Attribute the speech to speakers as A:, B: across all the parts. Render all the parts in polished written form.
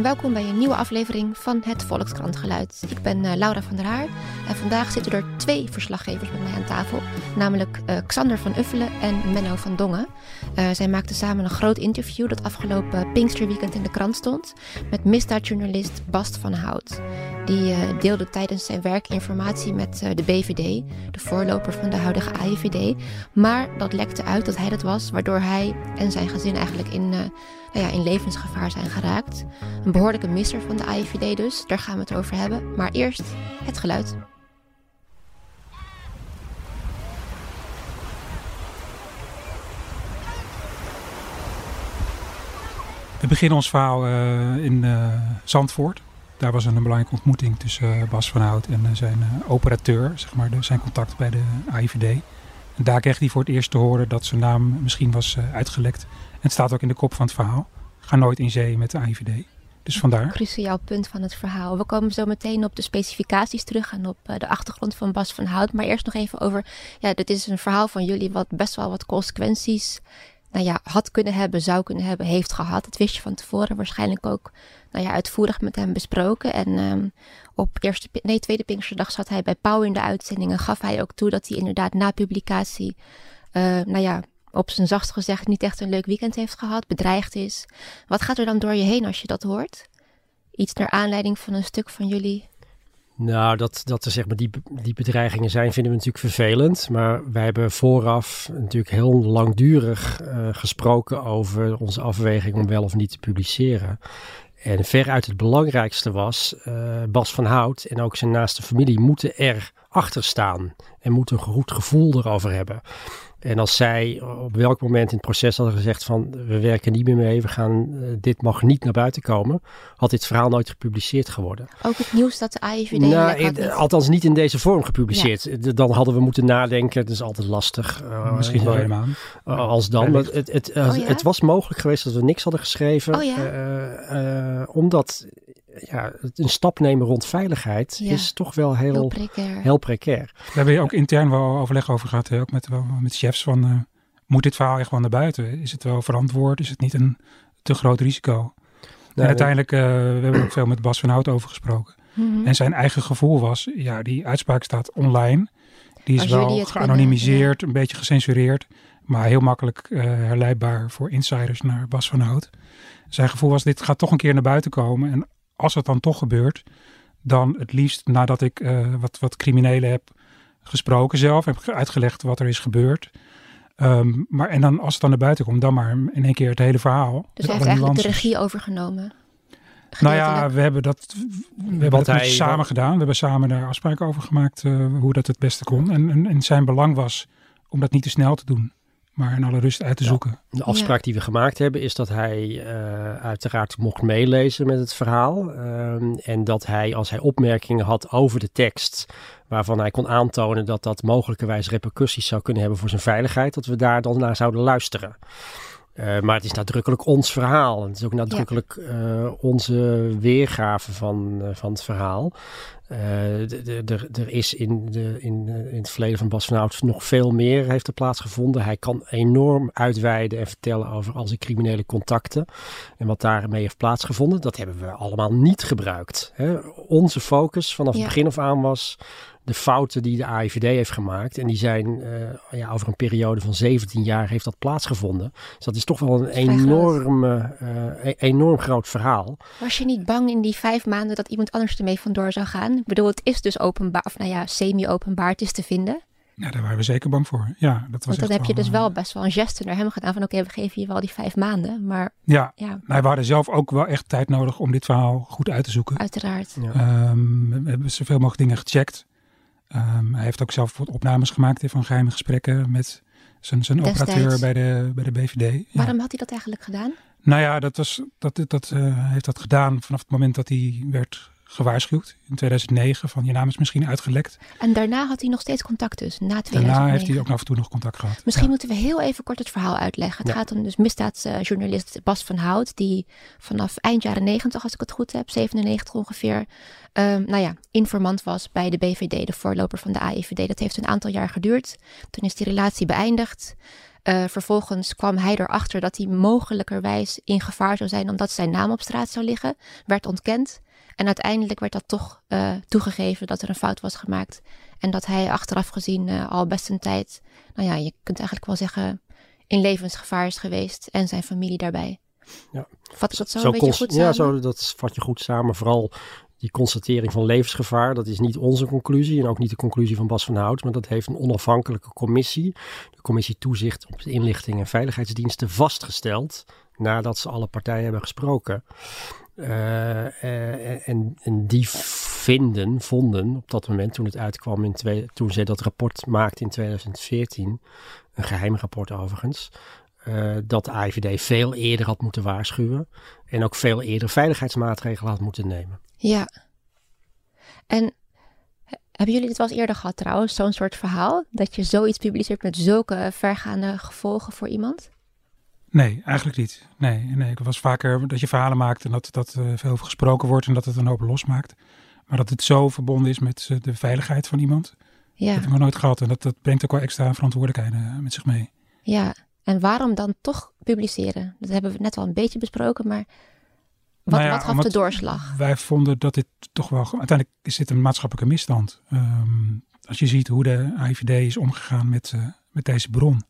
A: en welkom bij een nieuwe aflevering van het Volkskrantgeluid. Ik ben Laura van der Haar en vandaag zitten er 2 verslaggevers met mij aan tafel. Namelijk Xander van Uffelen en Menno van Dongen. Zij maakten samen een groot interview dat afgelopen Pinksterweekend in de krant stond met misdaadjournalist Bast van Hout. Die deelde tijdens zijn werk informatie met de BVD, de voorloper van de huidige AIVD. Maar dat lekte uit dat hij dat was, waardoor hij en zijn gezin eigenlijk in levensgevaar zijn geraakt. Een behoorlijke misser van de AIVD dus, daar gaan we het over hebben. Maar eerst het geluid.
B: We beginnen ons verhaal in Zandvoort. Daar was een belangrijke ontmoeting tussen Bas van Hout en zijn operateur, zeg maar, zijn contact bij de AIVD. En daar kreeg hij voor het eerst te horen dat zijn naam misschien was uitgelekt. En het staat ook in de kop van het verhaal. Ga nooit in zee met de AIVD. Dus vandaar.
A: Cruciaal punt van het verhaal. We komen zo meteen op de specificaties terug en op de achtergrond van Bas van Hout. Maar eerst nog even over, dit is een verhaal van jullie wat best wel wat consequenties had kunnen hebben, zou kunnen hebben, heeft gehad. Dat wist je van tevoren waarschijnlijk ook uitvoerig met hem besproken. En op tweede Pinksterdag zat hij bij Pauw in de uitzending en gaf hij ook toe dat hij inderdaad na publicatie, op zijn zachtst gezegd niet echt een leuk weekend heeft gehad, bedreigd is. Wat gaat er dan door je heen als je dat hoort? Iets naar aanleiding van een stuk van jullie?
C: Nou, dat er zeg maar die bedreigingen zijn, vinden we natuurlijk vervelend. Maar wij hebben vooraf natuurlijk heel langdurig gesproken over onze afweging om wel of niet te publiceren. En veruit het belangrijkste was, Bas van Hout en ook zijn naaste familie moeten erachter staan. En moeten een goed gevoel erover hebben. En als zij op welk moment in het proces hadden gezegd van we werken niet meer mee, dit mag niet naar buiten komen, had dit verhaal nooit gepubliceerd geworden.
A: Ook het nieuws dat de AIVD
C: althans niet in deze vorm gepubliceerd. Ja. Dan hadden we moeten nadenken, dat is altijd lastig.
B: Misschien wel helemaal.
C: Als dan. Maar het was mogelijk geweest dat we niks hadden geschreven. Omdat een stap nemen rond veiligheid is toch wel heel precair.
B: We hebben hier ook intern wel overleg over gehad, ook met chefs van moet dit verhaal echt wel naar buiten? Is het wel verantwoord? Is het niet een te groot risico? En uiteindelijk, we hebben ook veel met Bas van Hout over gesproken. Mm-hmm. En zijn eigen gevoel was, die uitspraak staat online. Die is wel geanonimiseerd, een beetje gecensureerd, maar heel makkelijk herleidbaar voor insiders naar Bas van Hout. Zijn gevoel was, dit gaat toch een keer naar buiten komen en als het dan toch gebeurt, dan het liefst nadat ik wat criminelen heb gesproken zelf, heb uitgelegd wat er is gebeurd. En dan als het dan naar buiten komt, dan maar in één keer het hele verhaal.
A: Dus hij heeft eigenlijk de regie overgenomen?
B: We hebben dat samen gedaan. We hebben samen daar afspraken over gemaakt hoe dat het beste kon. En zijn belang was om dat niet te snel te doen, maar in alle rust uit te zoeken.
C: De afspraak die we gemaakt hebben is dat hij uiteraard mocht meelezen met het verhaal. En dat hij, als hij opmerkingen had over de tekst, waarvan hij kon aantonen dat dat mogelijkerwijs repercussies zou kunnen hebben voor zijn veiligheid, dat we daar dan naar zouden luisteren. Maar het is nadrukkelijk ons verhaal. En het is ook nadrukkelijk onze weergave van het verhaal. Er is in het verleden van Bas van Hout nog veel meer heeft er plaatsgevonden. Hij kan enorm uitweiden en vertellen over al zijn criminele contacten. En wat daarmee heeft plaatsgevonden. Dat hebben we allemaal niet gebruikt. Onze focus vanaf het begin af aan was de fouten die de AIVD heeft gemaakt. En die zijn over een periode van 17 jaar heeft dat plaatsgevonden. Dus dat is toch wel een enorm groot verhaal. Was
A: je niet bang in die 5 maanden dat iemand anders ermee vandoor zou gaan? Ik bedoel, het is dus openbaar, of semi-openbaar, het is te vinden.
B: Ja, daar waren we zeker bang voor. Ja, dat was.
A: Want dan heb je dus wel best wel een geste naar hem gedaan van oké, we geven je wel die 5 maanden. Maar
B: we hadden zelf ook wel echt tijd nodig om dit verhaal goed uit te zoeken.
A: Uiteraard.
B: Ja. We hebben zoveel mogelijk dingen gecheckt. Hij heeft ook zelf opnames gemaakt van geheime gesprekken met zijn operateur bij de BVD. Ja.
A: Waarom had hij dat eigenlijk gedaan?
B: Hij heeft dat gedaan vanaf het moment dat hij werd gewaarschuwd in 2009 van je naam is misschien uitgelekt.
A: En daarna had hij nog steeds contact dus, na 2009.
B: Daarna heeft hij ook af en toe nog contact gehad.
A: Misschien moeten we heel even kort het verhaal uitleggen. Het gaat om dus misdaadjournalist Bas van Hout, die vanaf eind jaren 90, als ik het goed heb, 97 ongeveer, informant was bij de BVD, de voorloper van de AIVD. Dat heeft een aantal jaar geduurd. Toen is die relatie beëindigd. Vervolgens kwam hij erachter dat hij mogelijkerwijs in gevaar zou zijn omdat zijn naam op straat zou liggen. Werd ontkend. En uiteindelijk werd dat toch toegegeven dat er een fout was gemaakt. En dat hij achteraf gezien al best een tijd, je kunt eigenlijk wel zeggen, in levensgevaar is geweest. En zijn familie daarbij. Ja. Vat ik dat zo een beetje goed samen?
C: Ja, dat vat je goed samen. Vooral die constatering van levensgevaar, dat is niet onze conclusie en ook niet de conclusie van Bas van Hout, maar dat heeft een onafhankelijke commissie, de Commissie Toezicht op de Inlichting en Veiligheidsdiensten, vastgesteld nadat ze alle partijen hebben gesproken. En die vonden op dat moment, toen het uitkwam, toen zij dat rapport maakte in 2014, een geheim rapport overigens, dat de AIVD veel eerder had moeten waarschuwen en ook veel eerder veiligheidsmaatregelen had moeten nemen.
A: Ja. En hebben jullie dit wel eens eerder gehad trouwens, zo'n soort verhaal? Dat je zoiets publiceert met zulke vergaande gevolgen voor iemand?
B: Nee, eigenlijk niet. Nee, ik was vaker dat je verhalen maakt en dat veel over gesproken wordt en dat het een hoop losmaakt. Maar dat het zo verbonden is met de veiligheid van iemand, dat heb ik nog nooit gehad. En dat brengt ook wel extra verantwoordelijkheden met zich mee.
A: Ja, en waarom dan toch publiceren? Dat hebben we net al een beetje besproken, maar wat gaf de doorslag?
B: Wij vonden dat dit toch wel, uiteindelijk is dit een maatschappelijke misstand. Als je ziet hoe de AIVD is omgegaan met deze bron.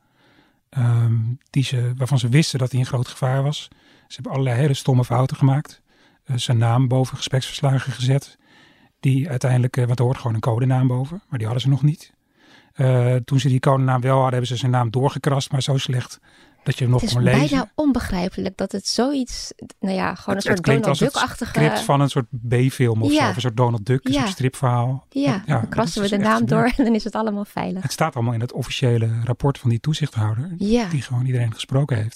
B: Waarvan ze wisten dat hij in groot gevaar was. Ze hebben allerlei hele stomme fouten gemaakt. Zijn naam boven gespreksverslagen gezet. Die uiteindelijk, want er hoort gewoon een codenaam boven. Maar die hadden ze nog niet. Toen ze die codenaam wel hadden, hebben ze zijn naam doorgekrast. Maar zo slecht dat je hem nog kon lezen.
A: Het is bijna onbegrijpelijk dat het zoiets, gewoon een soort Donald Duck-achtige...
B: Het script van een soort B-film of zo. Of een soort Donald Duck, een soort stripverhaal.
A: Ja, dan krassen we de naam door en dan is het allemaal veilig.
B: Het staat allemaal in het officiële rapport van die toezichthouder. Ja. Die gewoon iedereen gesproken heeft.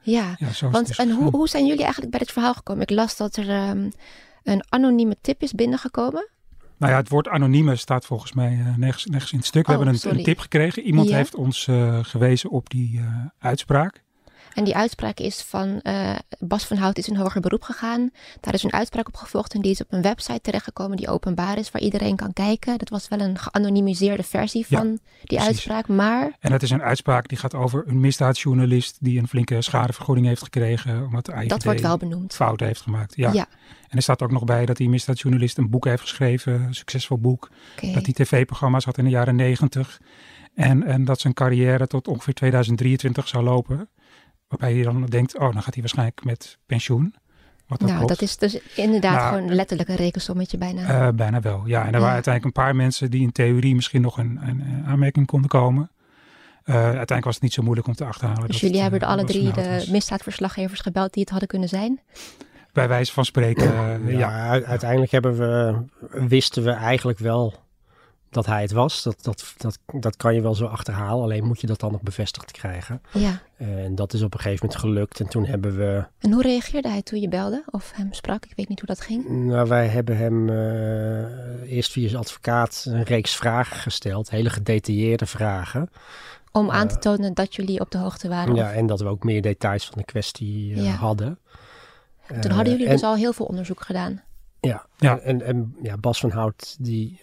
A: Hoe zijn jullie eigenlijk bij dit verhaal gekomen? Ik las dat er een anonieme tip is binnengekomen.
B: Nou ja, het woord anonieme staat volgens mij nergens in het stuk. We hebben een tip gekregen. Iemand heeft ons gewezen op die uitspraak.
A: En die uitspraak is van Bas van Hout is in hoger beroep gegaan. Daar is een uitspraak op gevolgd en die is op een website terechtgekomen die openbaar is, waar iedereen kan kijken. Dat was wel een geanonimiseerde versie van die uitspraak, maar... En
B: het is een uitspraak die gaat over een misdaadjournalist die een flinke schadevergoeding heeft gekregen, omdat de AIVD
A: dat wordt wel benoemd.
B: Fouten heeft gemaakt. Ja. En er staat ook nog bij dat die misdaadjournalist een boek heeft geschreven, een succesvol boek. Okay. Dat hij tv-programma's had in de jaren 90 en dat zijn carrière tot ongeveer 2023 zou lopen. Waarbij je dan denkt, dan gaat hij waarschijnlijk met pensioen.
A: Dat is dus inderdaad gewoon letterlijk een rekensommetje bijna.
B: Bijna wel, ja. En er waren uiteindelijk een paar mensen die in theorie misschien nog een aanmerking konden komen. Uiteindelijk was het niet zo moeilijk om te achterhalen.
A: Dus jullie hebben alle drie de misdaadverslaggevers gebeld die het hadden kunnen zijn?
B: Bij wijze van spreken,
C: Uiteindelijk wisten we eigenlijk wel dat hij het was. Dat kan je wel zo achterhalen. Alleen moet je dat dan nog bevestigd krijgen. Ja. En dat is op een gegeven moment gelukt. En toen hebben we...
A: En hoe reageerde hij toen je belde of hem sprak? Ik weet niet hoe dat ging.
C: Nou, wij hebben hem eerst via zijn advocaat een reeks vragen gesteld. Hele gedetailleerde vragen.
A: Om aan te tonen dat jullie op de hoogte waren?
C: Ja, en dat we ook meer details van de kwestie hadden.
A: Toen hadden jullie dus al heel veel onderzoek gedaan.
C: Ja. En Bas van Hout die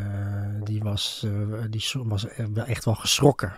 C: was echt wel geschrokken.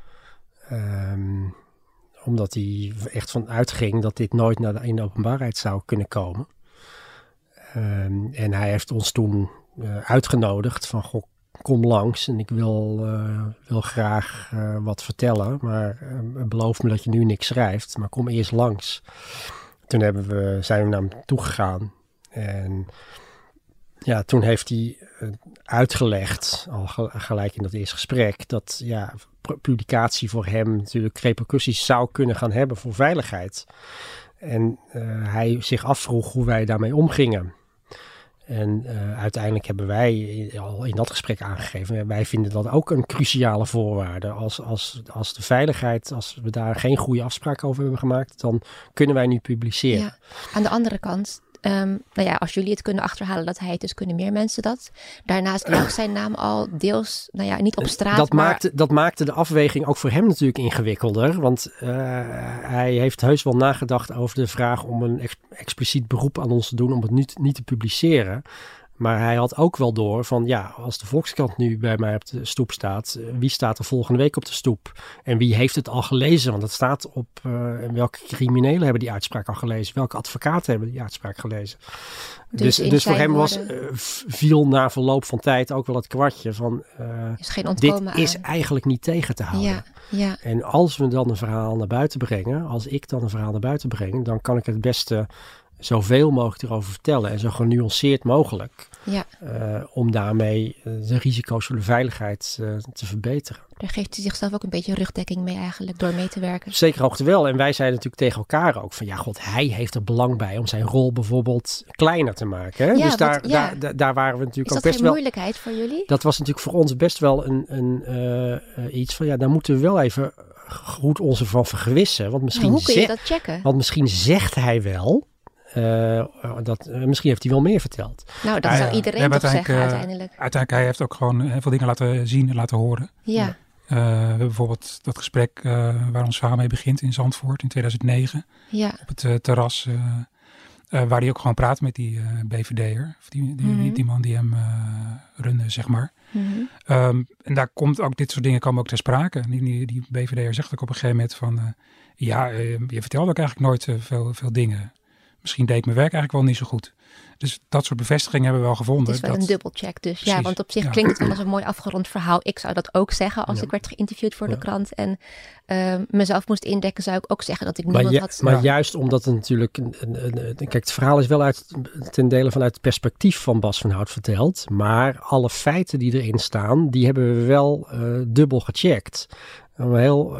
C: Omdat hij echt van uitging dat dit nooit in de openbaarheid zou kunnen komen. En hij heeft ons toen uitgenodigd van, goh, kom langs en ik wil graag wat vertellen. Maar beloof me dat je nu niks schrijft, maar kom eerst langs. Toen zijn we naar hem toegegaan. En toen heeft hij uitgelegd, al gelijk in dat eerste gesprek, dat publicatie voor hem natuurlijk repercussies zou kunnen gaan hebben voor veiligheid. En hij zich afvroeg hoe wij daarmee omgingen. En uiteindelijk hebben wij al in dat gesprek aangegeven, wij vinden dat ook een cruciale voorwaarde. Als de veiligheid, als we daar geen goede afspraak over hebben gemaakt, dan kunnen wij niet publiceren. Ja.
A: Aan de andere kant, als jullie het kunnen achterhalen dat hij het, dus kunnen meer mensen dat. Daarnaast lag zijn naam al deels, niet op straat.
C: Dat maakte de afweging ook voor hem natuurlijk ingewikkelder. Want hij heeft heus wel nagedacht over de vraag om een expliciet beroep aan ons te doen om het niet te publiceren. Maar hij had ook wel door van als de Volkskrant nu bij mij op de stoep staat, wie staat er volgende week op de stoep? En wie heeft het al gelezen? Want het staat op welke criminelen hebben die uitspraak al gelezen? Welke advocaten hebben die uitspraak gelezen? Dus voor hem viel na verloop van tijd ook wel het kwartje van
A: is geen ontkomen
C: dit is eigenlijk niet tegen te houden.
A: Ja.
C: En als we dan een verhaal naar buiten brengen, als ik dan een verhaal naar buiten breng, dan kan ik het beste zoveel mogelijk erover vertellen en zo genuanceerd mogelijk.
A: Ja.
C: Om daarmee de risico's voor de veiligheid te verbeteren.
A: Daar geeft hij zichzelf ook een beetje rugdekking mee eigenlijk, door mee te werken.
C: Zeker hoogte wel. En wij zeiden natuurlijk tegen elkaar ook van hij heeft er belang bij om zijn rol bijvoorbeeld kleiner te maken. Hè?
A: Ja,
C: dus daar waren we natuurlijk ook best wel...
A: Is dat geen moeilijkheid voor jullie?
C: Dat was natuurlijk voor ons best wel iets van daar moeten we wel even goed ons ervan vergewissen. Want misschien
A: hoe kun je dat checken?
C: Want misschien zegt hij wel... misschien heeft hij wel meer verteld.
A: Nou, dat zou iedereen toch zeggen uiteindelijk.
B: Uiteindelijk, hij heeft ook gewoon heel veel dingen laten zien en laten horen.
A: Ja.
B: We hebben bijvoorbeeld dat gesprek waar ons verhaal mee begint in Zandvoort in 2009.
A: Ja.
B: Op het terras waar hij ook gewoon praat met die BVD'er. Of die man die hem runde, zeg maar.
A: Mm-hmm.
B: En daar komt ook dit soort dingen komen ook ter sprake. Die BVD'er zegt ook op een gegeven moment van... je vertelde ook eigenlijk nooit veel dingen. Misschien deed ik mijn werk eigenlijk wel niet zo goed. Dus dat soort bevestigingen hebben we wel gevonden.
A: Het is wel een dubbelcheck dus. Precies. Ja, want op zich klinkt het wel als een mooi afgerond verhaal. Ik zou dat ook zeggen als ik werd geïnterviewd voor de krant. En mezelf moest indekken, zou ik ook zeggen dat ik niemand had...
C: Maar juist omdat het natuurlijk... Kijk, het verhaal is wel ten dele vanuit het perspectief van Bas van Hout verteld. Maar alle feiten die erin staan, die hebben we wel dubbel gecheckt. Om een heel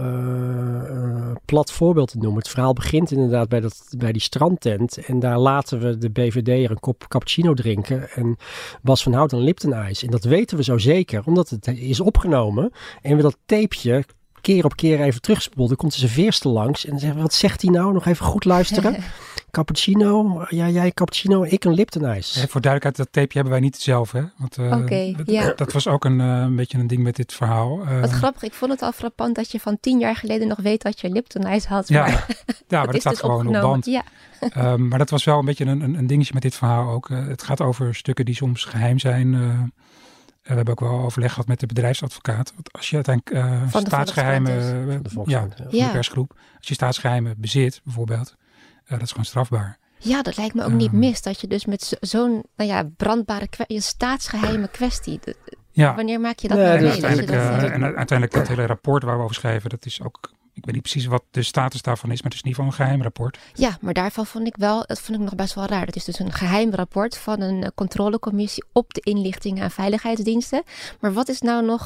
C: plat voorbeeld te noemen. Het verhaal begint inderdaad bij die strandtent. En daar laten we de BVD'er een kop cappuccino drinken. En Bas van Hout een Lipton Ice. En dat weten we zo zeker, omdat het is opgenomen. En we dat tapeje keer op keer even terugspoelen. Dan komt de serveerster langs en zeggen: wat zegt hij nou? Nog even goed luisteren. Cappuccino, jij cappuccino, ik een Lipton Ice.
B: Voor duidelijkheid, dat tapeje hebben wij niet zelf, hè? Want dat was ook een beetje een ding met dit verhaal.
A: Wat grappig, ik vond het al frappant dat je van 10 jaar geleden nog weet dat je Lipton Ice had.
B: Maar maar dat staat dus gewoon op band.
A: Ja.
B: Maar dat was wel een beetje een dingetje met dit verhaal ook. Het gaat over stukken die soms geheim zijn. We hebben ook wel overleg gehad met de bedrijfsadvocaat. Want als je uiteindelijk staatsgeheimen van de persgroep, als je staatsgeheimen bezit, bijvoorbeeld, dat is gewoon strafbaar.
A: Ja, dat lijkt me ook niet mis. Dat je dus met zo'n brandbare staatsgeheime kwestie... Wanneer maak je dat mee?
B: En uiteindelijk dat hele rapport waar we over schrijven, dat is ook... Ik weet niet precies wat de status daarvan is, maar het is in ieder geval een geheim rapport.
A: Ja, maar daarvan vond ik nog best wel raar. Dat is dus een geheim rapport van een controlecommissie op de inlichtingen en veiligheidsdiensten. Maar wat is nou nog...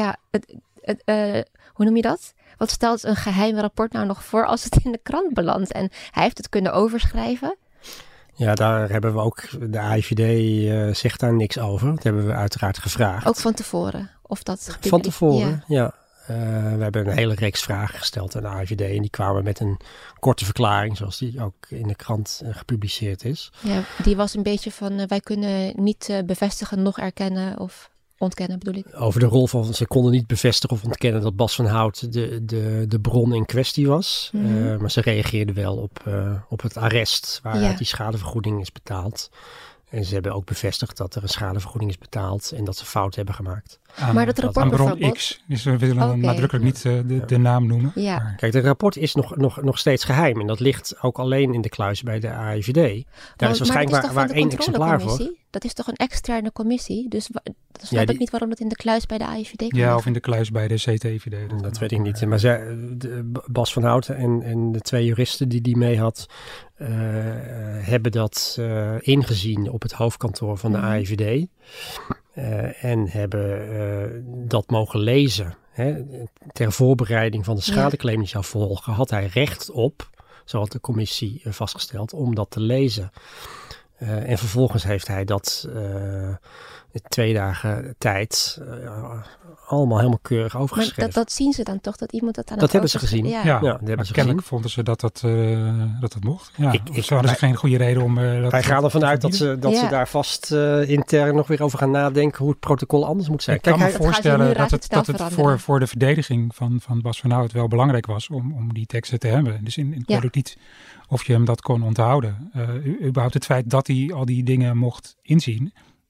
A: hoe noem je dat? Wat stelt een geheim rapport nou nog voor als het in de krant belandt? En hij heeft het kunnen overschrijven.
C: Ja, daar hebben we ook... De AIVD zegt daar niks over. Dat hebben we uiteraard gevraagd.
A: Ook van tevoren? Of dat
C: van tevoren, ja. We hebben een hele reeks vragen gesteld aan de AIVD en die kwamen met een korte verklaring, zoals die ook in de krant gepubliceerd is. Ja,
A: die was een beetje van, wij kunnen niet bevestigen, nog erkennen of ontkennen bedoel ik.
C: Over de rol van, ze konden niet bevestigen of ontkennen dat Bas van Hout de bron in kwestie was. Mm-hmm. Maar ze reageerden wel op het arrest waaruit die schadevergoeding is betaald. En ze hebben ook bevestigd dat er een schadevergoeding is betaald en dat ze fout hebben gemaakt.
A: Maar dat rapport
B: bron X, dus we willen nadrukkelijk niet de naam noemen.
A: Ja.
B: Maar...
C: Kijk, het rapport is nog steeds geheim en dat ligt ook alleen in de kluis bij de AIVD. Daar is waarschijnlijk waar 1 exemplaar voor.
A: Dat is toch een externe commissie? Dus snap ik niet waarom dat in de kluis bij de AIVD komt.
B: Ja, of in de kluis bij de CTIVD.
C: Dat weet ik niet. Maar Bas van Houten en de 2 juristen die mee had, hebben dat ingezien op het hoofdkantoor van de AIVD. En hebben dat mogen lezen. Hè? Ter voorbereiding van de schadeclaim die zou volgen, had hij recht op, zo had de commissie vastgesteld, om dat te lezen. En vervolgens heeft hij dat in 2 dagen tijd allemaal helemaal keurig overgeschreven.
A: Maar dat zien ze dan toch, dat iemand dat aan
C: dat hebben ze gezien.
B: Ja, dat hebben ze kennelijk vonden ze dat mocht. Ja. Of hadden ze geen goede reden om dat...
C: Wij gaan ervan uit dat ze daar vast intern nog weer over gaan nadenken hoe het protocol anders moet zijn.
B: Ik kan me voorstellen dat het voor de verdediging van Bas van Hout wel belangrijk was om die teksten te hebben. Dus ik weet ook niet of je hem dat kon onthouden. Überhaupt het feit dat hij al die dingen mocht inzien,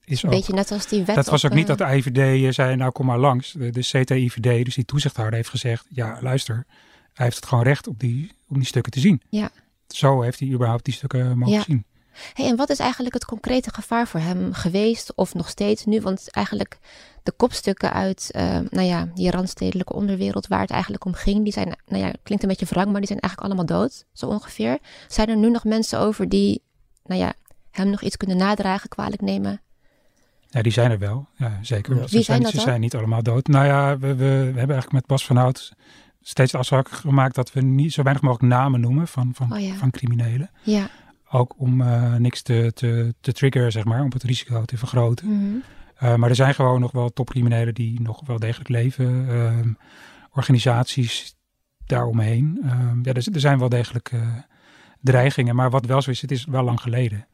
B: is
A: een
B: ook...
A: beetje net als die wet.
B: Dat was ook niet dat de IVD zei, nou kom maar langs. De CT-IVD, dus die toezichthouder, heeft gezegd, ja luister, hij heeft het gewoon recht om die stukken te zien.
A: Ja.
B: Zo heeft hij überhaupt die stukken mogen zien.
A: Hey, en wat is eigenlijk het concrete gevaar voor hem geweest of nog steeds nu? Want eigenlijk de kopstukken uit die randstedelijke onderwereld waar het eigenlijk om ging, die zijn, klinkt een beetje wrang, maar die zijn eigenlijk allemaal dood, zo ongeveer. Zijn er nu nog mensen over die, hem nog iets kunnen nadragen, kwalijk nemen?
B: Ja, die zijn er wel. Ja, zeker.
A: Ja. Wie zijn dat dan?
B: Ze zijn niet allemaal dood. Nou ja, we hebben eigenlijk met Bas van Hout steeds de afspraak gemaakt dat we niet zo weinig mogelijk namen noemen van criminelen.
A: Ja.
B: Ook om niks te triggeren, zeg maar, om het risico te vergroten.
A: Mm-hmm.
B: Maar er zijn gewoon nog wel topcriminelen die nog wel degelijk leven. Organisaties daaromheen. Er zijn wel degelijk dreigingen. Maar wat wel zo is, het is wel lang geleden.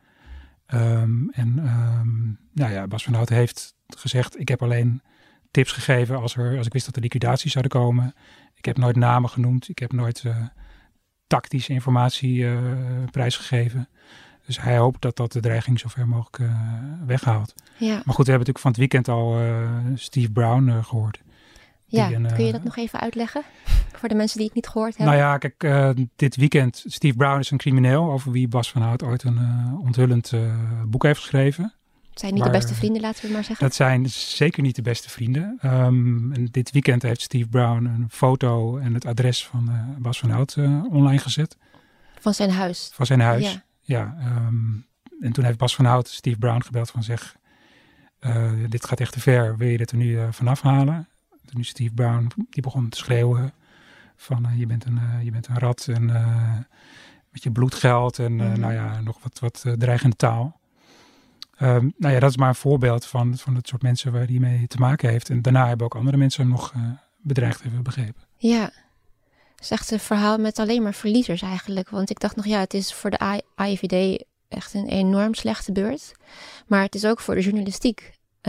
B: Bas van Hout heeft gezegd, ik heb alleen tips gegeven als ik wist dat er liquidaties zouden komen. Ik heb nooit namen genoemd. Ik heb nooit tactische informatie prijsgegeven. Dus hij hoopt dat de dreiging zo ver mogelijk weghaalt.
A: Ja.
B: Maar goed, we hebben natuurlijk van het weekend al Steve Brown gehoord.
A: Ja, kun je dat nog even uitleggen? Voor de mensen die het niet gehoord hebben.
B: Nou ja, kijk, dit weekend, Steve Brown is een crimineel over wie Bas van Hout ooit een onthullend boek heeft geschreven.
A: Het zijn niet de beste vrienden, laten we maar zeggen.
B: Dat zijn zeker niet de beste vrienden. En dit weekend heeft Steve Brown een foto en het adres van Bas van Hout online gezet.
A: Van zijn huis?
B: Van zijn huis, ja. En toen heeft Bas van Hout Steve Brown gebeld van dit gaat echt te ver, wil je dit er nu vanaf halen? Toen is Steve Brown, die begon te schreeuwen van je bent een rat en met je bloedgeld en nog wat dreigende taal. Dat is maar een voorbeeld van het soort mensen waar hij mee te maken heeft. En daarna hebben ook andere mensen hem nog bedreigd, hebben we begrepen.
A: Ja, het is echt een verhaal met alleen maar verliezers eigenlijk. Want ik dacht nog, het is voor de AIVD echt een enorm slechte beurt. Maar het is ook voor de journalistiek,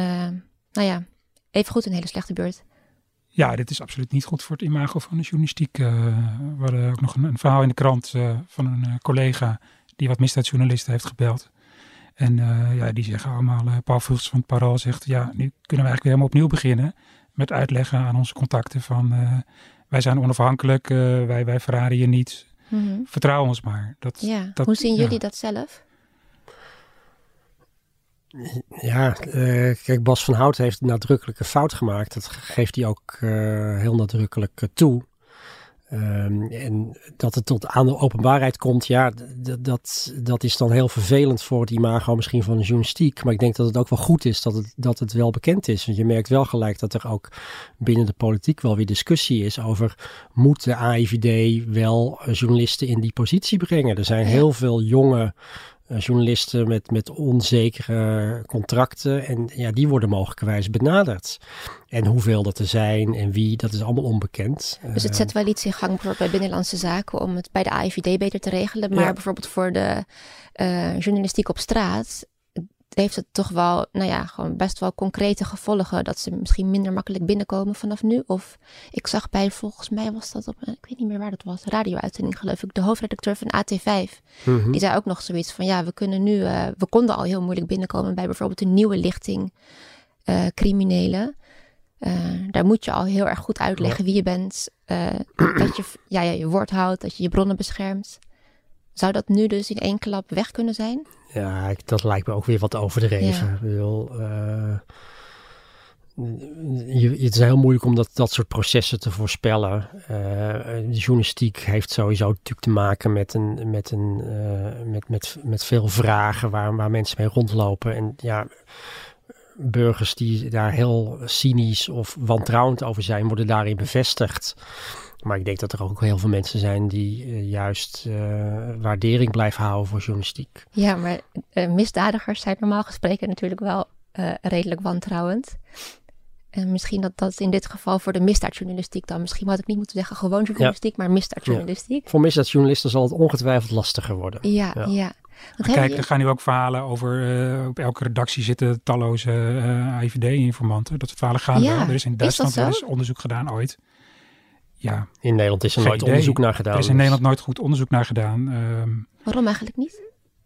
A: even goed een hele slechte beurt.
B: Ja, dit is absoluut niet goed voor het imago van de journalistiek. We hadden ook nog een verhaal in de krant van een collega die wat misdaadjournalisten heeft gebeld. En die zeggen allemaal, Paul Vugts van het Parool zegt, nu kunnen we eigenlijk weer helemaal opnieuw beginnen met uitleggen aan onze contacten van wij zijn onafhankelijk, wij verraden je niet, vertrouw ons maar.
A: Hoe zien jullie dat zelf?
C: Ja, kijk, Bas van Hout heeft een nadrukkelijke fout gemaakt. Dat geeft hij ook heel nadrukkelijk toe. En dat het tot aan de openbaarheid komt, dat is dan heel vervelend voor het imago misschien van de journalistiek. Maar ik denk dat het ook wel goed is dat het wel bekend is. Want je merkt wel gelijk dat er ook binnen de politiek wel weer discussie is over, moet de AIVD wel journalisten in die positie brengen? Er zijn heel veel jonge journalisten met onzekere contracten en die worden mogelijkerwijs benaderd. En hoeveel dat er zijn en wie, dat is allemaal onbekend.
A: Dus het zet wel iets in gang bijvoorbeeld bij Binnenlandse Zaken om het bij de AIVD beter te regelen. Maar bijvoorbeeld voor de journalistiek op straat heeft het toch wel, gewoon best wel concrete gevolgen dat ze misschien minder makkelijk binnenkomen vanaf nu. Of ik zag volgens mij was dat op, ik weet niet meer waar dat was, radio-uitzending geloof ik, de hoofdredacteur van AT5. Mm-hmm. Die zei ook nog zoiets van, we konden al heel moeilijk binnenkomen bij bijvoorbeeld een nieuwe lichting criminelen. Daar moet je al heel erg goed uitleggen wie je bent, dat je je woord houdt, dat je je bronnen beschermt. Zou dat nu dus in één klap weg kunnen zijn? Ja,
C: dat lijkt me ook weer wat overdreven. Het is heel moeilijk om dat soort processen te voorspellen. De journalistiek heeft sowieso natuurlijk te maken met veel vragen waar mensen mee rondlopen. En burgers die daar heel cynisch of wantrouwend over zijn, worden daarin bevestigd. Maar ik denk dat er ook heel veel mensen zijn die juist waardering blijven houden voor journalistiek.
A: Ja, maar misdadigers zijn normaal gesproken natuurlijk wel redelijk wantrouwend. En misschien dat in dit geval voor de misdaadjournalistiek dan, misschien had ik niet moeten zeggen gewoon journalistiek, maar misdaadjournalistiek.
C: Ja. Voor misdaadjournalisten zal het ongetwijfeld lastiger worden.
A: Ja.
B: Kijk, er gaan nu ook verhalen over, op elke redactie zitten talloze AIVD-informanten. Dat verhalen gaan wel. Er is in Duitsland wel eens onderzoek gedaan ooit. Ja.
C: In Nederland is er nooit onderzoek naar gedaan.
B: Er is in Nederland nooit goed onderzoek naar gedaan.
A: Waarom eigenlijk niet?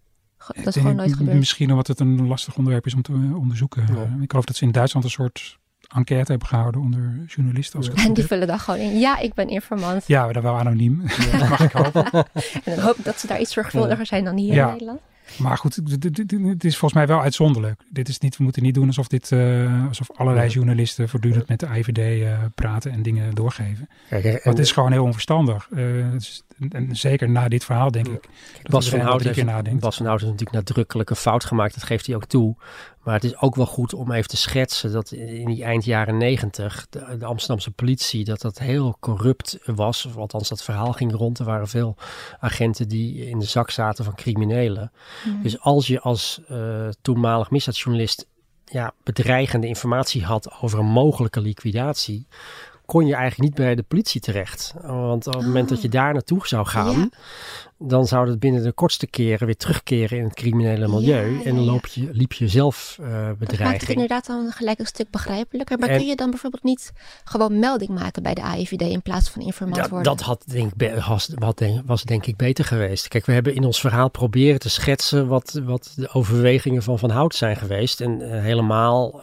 A: is gewoon nooit gebeurd.
B: Misschien omdat het een lastig onderwerp is om te onderzoeken. Ja. Ik geloof dat ze in Duitsland een soort enquête hebben gehouden onder journalisten.
A: En die vullen dan gewoon in. Ja, ik ben informant.
B: Ja, maar dan wel anoniem. Dat mag ik hopen.
A: En dan hoop ik dat ze daar iets zorgvuldiger zijn dan hier in Nederland.
B: Maar goed, het is volgens mij wel uitzonderlijk. We moeten niet doen alsof allerlei journalisten voortdurend met de IVD praten en dingen doorgeven. Want het is gewoon heel onverstandig. En zeker na dit verhaal, denk ik.
C: Bas van Hout heeft natuurlijk nadrukkelijk een fout gemaakt. Dat geeft hij ook toe. Maar het is ook wel goed om even te schetsen dat in die eind jaren 90 de Amsterdamse politie dat heel corrupt was. Of althans, dat verhaal ging rond. Er waren veel agenten die in de zak zaten van criminelen. Dus als je als toenmalig misdaadjournalist bedreigende informatie had over een mogelijke liquidatie, kon je eigenlijk niet bij de politie terecht. Want op het moment dat je daar naartoe zou gaan, dan zou het binnen de kortste keren weer terugkeren in het criminele milieu. En dan liep je zelf bedreiging. Dat maakt het inderdaad dan gelijk een stuk begrijpelijker. Maar kun je dan bijvoorbeeld niet gewoon melding maken bij de AIVD in plaats van informant worden? Dat was denk ik beter geweest. Kijk, we hebben in ons verhaal proberen te schetsen wat de overwegingen van Hout zijn geweest. En helemaal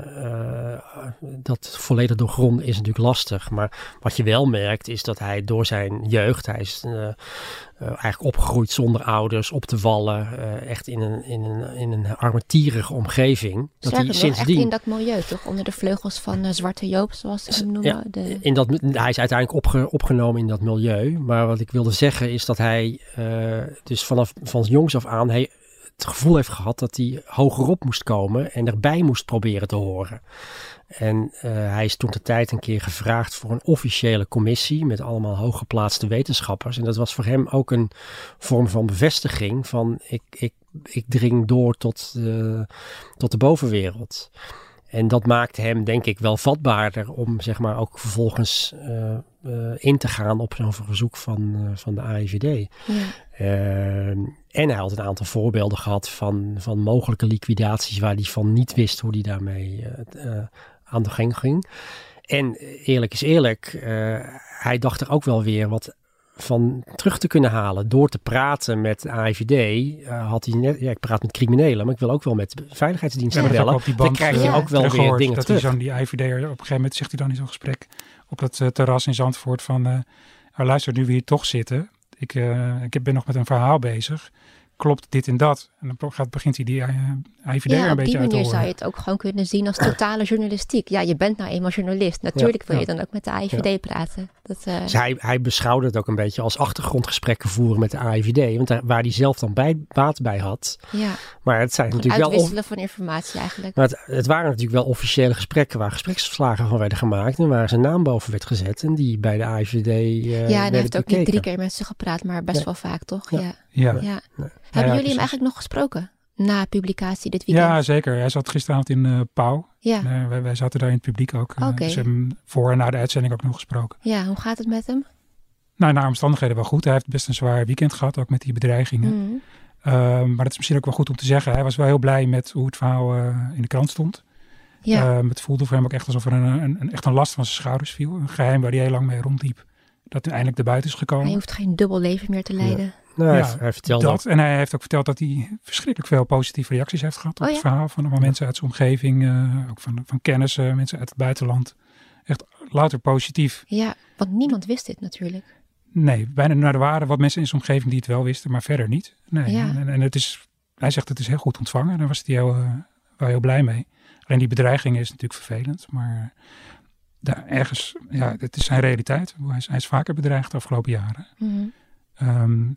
C: dat volledig doorgronden is natuurlijk lastig. Maar wat je wel merkt is dat hij door zijn jeugd, hij is eigenlijk opgegroeid zonder ouders, op de wallen, echt in een armetierige omgeving. Dat hij sindsdien
A: echt in dat milieu, toch? Onder de vleugels van Zwarte Joop, zoals ze hem noemen.
C: Hij is uiteindelijk opgenomen in dat milieu. Maar wat ik wilde zeggen is dat hij dus van jongs af aan het gevoel heeft gehad dat hij hogerop moest komen en erbij moest proberen te horen. En hij is toen de tijd een keer gevraagd voor een officiële commissie met allemaal hooggeplaatste wetenschappers. En dat was voor hem ook een vorm van bevestiging van ik dring door tot de bovenwereld. En dat maakt hem denk ik wel vatbaarder om zeg maar ook vervolgens in te gaan op zo'n verzoek van de AIVD. Ja. En hij had een aantal voorbeelden gehad van mogelijke liquidaties waar hij van niet wist hoe hij daarmee aan de gang ging. En eerlijk is eerlijk, hij dacht er ook wel weer wat van terug te kunnen halen. Door te praten met de AIVD had hij net, ik praat met criminelen, maar ik wil ook wel met de veiligheidsdiensten bellen. Dan krijg je ook wel weer dingen
B: dat
C: terug.
B: Die IVD'er op een gegeven moment zegt hij dan in zo'n gesprek op dat terras in Zandvoort van luister, nu we hier toch zitten, ik ben nog met een verhaal bezig. Klopt dit en dat? En dan begint hij die IVD een beetje uit te horen.
A: Op die manier zou je het ook gewoon kunnen zien als totale journalistiek. Ja, je bent nou eenmaal journalist. Natuurlijk wil je dan ook met de AIVD praten.
C: Dus hij beschouwde het ook een beetje als achtergrondgesprekken voeren met de AIVD. Want waar hij zelf dan baat bij had. Ja. Maar het zijn natuurlijk wel
A: uitwisselen van informatie eigenlijk.
C: Maar het waren natuurlijk wel officiële gesprekken waar gespreksverslagen van werden gemaakt. En waar zijn naam boven werd gezet. En die bij de AIVD
A: en hij heeft ook niet 3 keer met ze gepraat, maar best wel vaak, toch? Ja. Hebben jullie hem eigenlijk nog gesproken na publicatie dit weekend?
B: Ja, zeker. Hij zat gisteravond in Pauw. Ja. Wij zaten daar in het publiek ook. Dus hem voor en na de uitzending ook nog gesproken.
A: Ja, hoe gaat het met hem?
B: Nou, naar omstandigheden wel goed. Hij heeft best een zwaar weekend gehad, ook met die bedreigingen. Maar dat is misschien ook wel goed om te zeggen. Hij was wel heel blij met hoe het verhaal in de krant stond. Ja. Het voelde voor hem ook echt alsof er echt een last van zijn schouders viel. Een geheim waar hij heel lang mee rondliep. Dat eindelijk naar buiten is gekomen.
A: Hij hoeft geen dubbel leven meer te leiden. Ja.
C: Nou, hij vertelde
B: dat. En hij heeft ook verteld dat hij verschrikkelijk veel positieve reacties heeft gehad op het verhaal. Van allemaal mensen uit zijn omgeving, ook van kennissen, mensen uit het buitenland. Echt louter positief.
A: Ja, want niemand wist dit natuurlijk.
B: Nee, bijna er waren wat mensen in zijn omgeving die het wel wisten, maar verder niet. Nee. Ja. En hij zegt het is heel goed ontvangen. Daar was hij wel heel blij mee. Alleen die bedreiging is natuurlijk vervelend, maar daar ergens, het is zijn realiteit. Hij is vaker bedreigd de afgelopen jaren. Mm-hmm.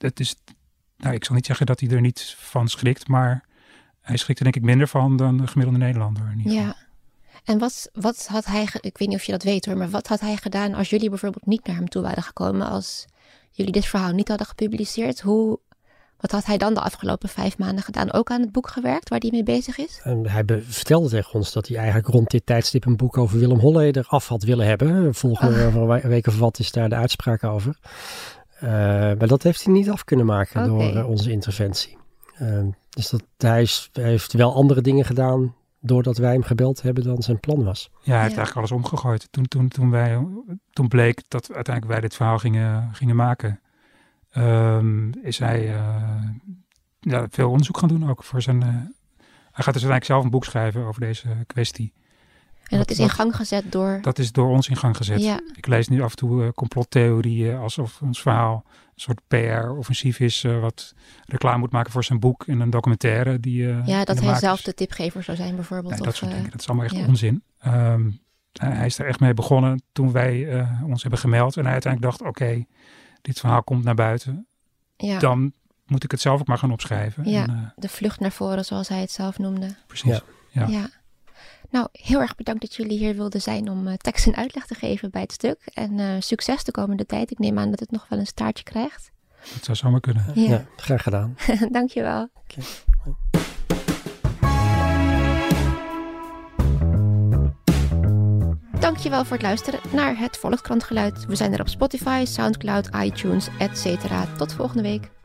B: Ik zal niet zeggen dat hij er niet van schrikt, maar hij schrikt er denk ik minder van dan de gemiddelde Nederlander. In ieder geval.
A: Ja. En wat had hij, ik weet niet of je dat weet hoor, maar wat had hij gedaan als jullie bijvoorbeeld niet naar hem toe waren gekomen, als jullie dit verhaal niet hadden gepubliceerd? Wat had hij dan de afgelopen 5 maanden gedaan? Ook aan het boek gewerkt waar hij mee bezig is?
C: Hij vertelde tegen ons dat hij eigenlijk rond dit tijdstip een boek over Willem Holleder af had willen hebben. Volgende week of wat is daar de uitspraak over. Maar dat heeft hij niet af kunnen maken door onze interventie. Dus hij heeft wel andere dingen gedaan doordat wij hem gebeld hebben dan zijn plan was.
B: Ja, hij heeft eigenlijk alles omgegooid. Toen bleek dat uiteindelijk wij dit verhaal gingen maken, is hij veel onderzoek gaan doen ook voor zijn... hij gaat dus uiteindelijk zelf een boek schrijven over deze kwestie.
A: En dat is in gang gezet door...
B: Dat is door ons in gang gezet. Ja. Ik lees nu af en toe complottheorieën alsof ons verhaal een soort PR-offensief is... wat reclame moet maken voor zijn boek in een documentaire.
A: Dat hij zelf de tipgever zou zijn bijvoorbeeld.
B: Dat soort dingen. Dat is allemaal echt onzin. Hij is er echt mee begonnen toen wij ons hebben gemeld. En hij uiteindelijk dacht, oké, dit verhaal komt naar buiten. Ja. Dan moet ik het zelf ook maar gaan opschrijven.
A: Ja, en, de vlucht naar voren zoals hij het zelf noemde.
B: Precies, ja.
A: Nou, heel erg bedankt dat jullie hier wilden zijn om tekst en uitleg te geven bij het stuk. En succes de komende tijd. Ik neem aan dat het nog wel een staartje krijgt.
B: Dat zou zomaar kunnen.
C: Ja, graag gedaan.
A: Dankjewel.
C: Okay.
A: Dankjewel voor het luisteren naar het Volkskrant Geluid. We zijn er op Spotify, Soundcloud, iTunes, etc. Tot volgende week.